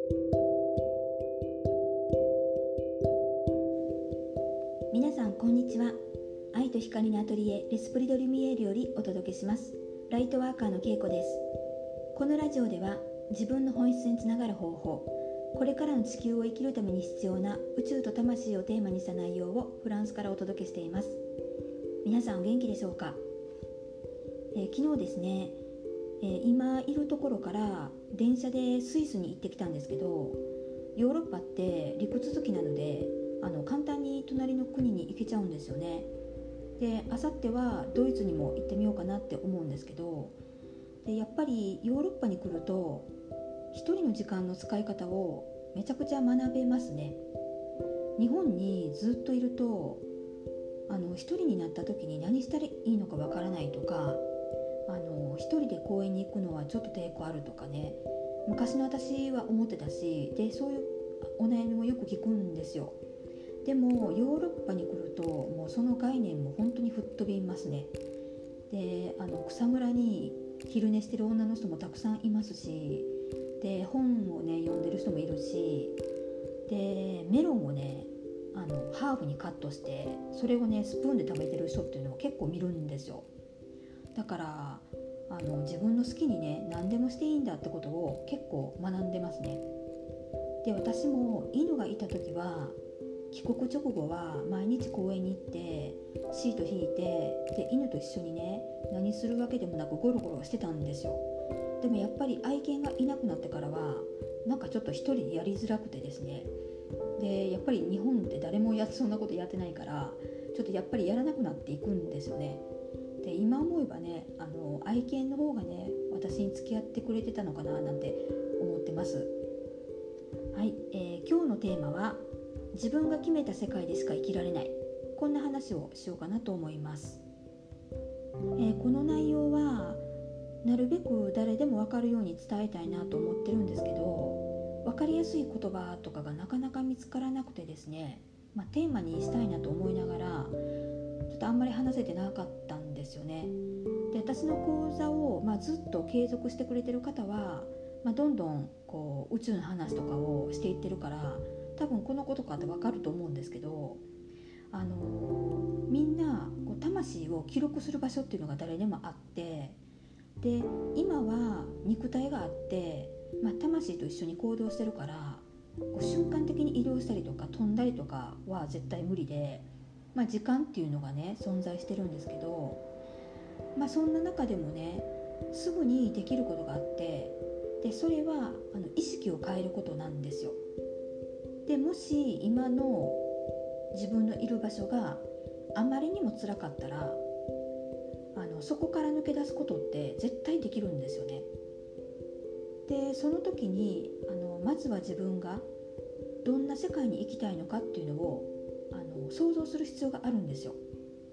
皆さんこんにちは。愛と光のアトリエレスプリドリミエールよりお届けします。ライトワーカーのけいこです。このラジオでは自分の本質につながる方法、これからの地球を生きるために必要な宇宙と魂をテーマにした内容をフランスからお届けしています。皆さんお元気でしょうか？昨日ですね、今いるところから電車でスイスに行ってきたんですけど、ヨーロッパって陸続きなので簡単に隣の国に行けちゃうんですよね。で、あさってはドイツにも行ってみようかなって思うんですけど、でやっぱりヨーロッパに来ると一人の時間の使い方をめちゃくちゃ学べますね。日本にずっといると一人になった時に何したらいいのかわからないとか、一人で公園に行くのはちょっと抵抗あるとかね、昔の私は思ってたし、でそういうお悩みもよく聞くんですよ。でもヨーロッパに来るともうその概念も本当に吹っ飛びますね。で草むらに昼寝してる女の人もたくさんいますし、で本をね読んでる人もいるし、でメロンをねハーフにカットしてそれをねスプーンで食べてる人っていうのを結構見るんですよ。だから自分の好きにね何でもしていいんだってことを結構学んでますね。で、私も犬がいた時は帰国直後は毎日公園に行ってシート引いて、で犬と一緒にね何するわけでもなくゴロゴロしてたんですよ。でもやっぱり愛犬がいなくなってからはなんかちょっと一人でやりづらくてですね、でやっぱり日本って誰もそんなことやってないからちょっとやっぱりやらなくなっていくんですよね。で今思えばね愛犬の方がね私に付き合ってくれてたのかななんて思ってます。はい、今日のテーマは自分が決めた世界でしか生きられない、こんな話をしようかなと思います。この内容はなるべく誰でも分かるように伝えたいなと思ってるんですけど、分かりやすい言葉とかがなかなか見つからなくてですね、テーマにしたいなと思いながらちょっとあんまり話せてなかったんですよね。で、私の講座を、ずっと継続してくれてる方は、どんどんこう宇宙の話とかをしていってるから多分このことかって分かると思うんですけど、みんなこう魂を記録する場所っていうのが誰でもあって、で今は肉体があって、魂と一緒に行動してるからこう瞬間的に移動したりとか飛んだりとかは絶対無理で、時間っていうのがね存在してるんですけど、そんな中でもねすぐにできることがあって、でそれは意識を変えることなんですよ。でもし今の自分のいる場所があまりにも辛かったらそこから抜け出すことって絶対できるんですよね。でその時にまずは自分がどんな世界に行きたいのかっていうのを想像する必要があるんですよ。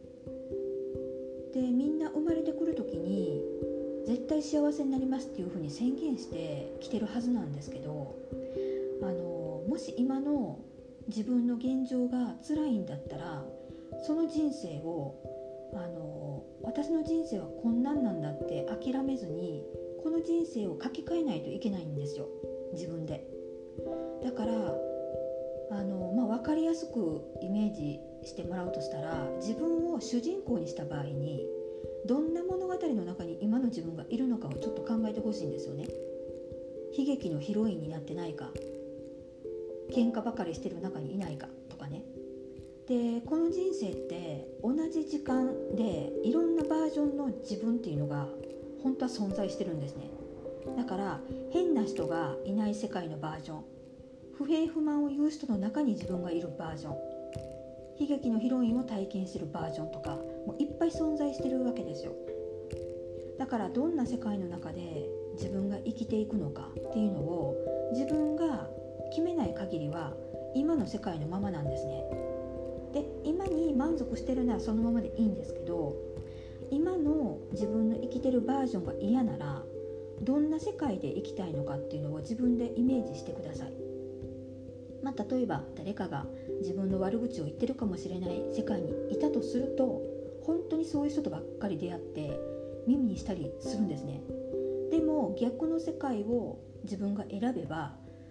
でみんな生まれてくる時に絶対幸せになりますっていうふうに宣言してきてるはずなんですけど、もし今の自分の現状が辛いんだったらその人生を私の人生はこんなんなんだって諦めずにこの人生を書き換えないといけないんですよ、自分で。だから分かりやすくイメージしてもらうとしたら、自分を主人公にした場合にどんな物語の中に今の自分がいるのかをちょっと考えてほしいんですよね。悲劇のヒロインになってないか、喧嘩ばかりしてる中にいないかとかね。でこの人生って同じ時間でいろんなバージョンの自分っていうのが本当は存在してるんですね。だから変な人がいない世界のバージョン、不平不満を言う人の中に自分がいるバージョン、悲劇のヒロインを体験してるバージョンとかもういっぱい存在してるわけですよ。だからどんな世界の中で自分が生きていくのかっていうのを自分が決めない限りは今の世界のままなんですね。で今に満足してるならそのままでいいんですけど、今の自分の生きてるバージョンが嫌ならどんな世界で生きたいのかっていうのを自分でイメージしてください。例えば誰かが自分の悪口を言ってるかもしれない世界にいたとすると、本当にそういう人とばっかり出会って耳にしたりするんですね。でも逆の世界を自分が選べば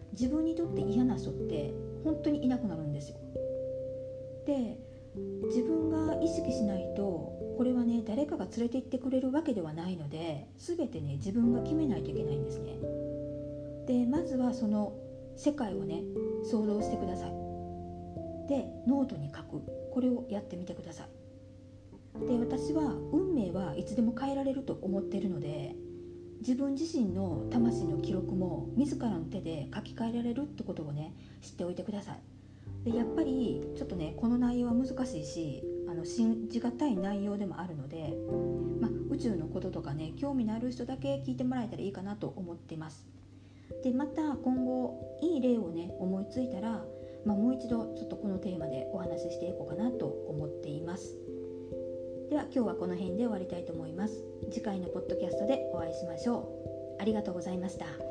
自分にとって嫌な人って本当にいなくなるんですよ。で、自分が意識しないとこれはね、誰かが連れて行ってくれるわけではないので、全てね、自分が決めないといけないんですね。で、まずはその世界をね、想像してください。で、ノートに書く。これをやってみてください。で、私は運命はいつでも変えられると思っているので、自分自身の魂の記録も自らの手で書き換えられるってことをね、知っておいてください。で、やっぱりちょっとね、この内容は難しいし、信じがたい内容でもあるので、宇宙のこととかね、興味のある人だけ聞いてもらえたらいいかなと思っています。で、また今後いい例をね、思いついたら、もう一度ちょっとこのテーマでお話ししていこうかなと思っています。では今日はこの辺で終わりたいと思います。次回のポッドキャストでお会いしましょう。ありがとうございました。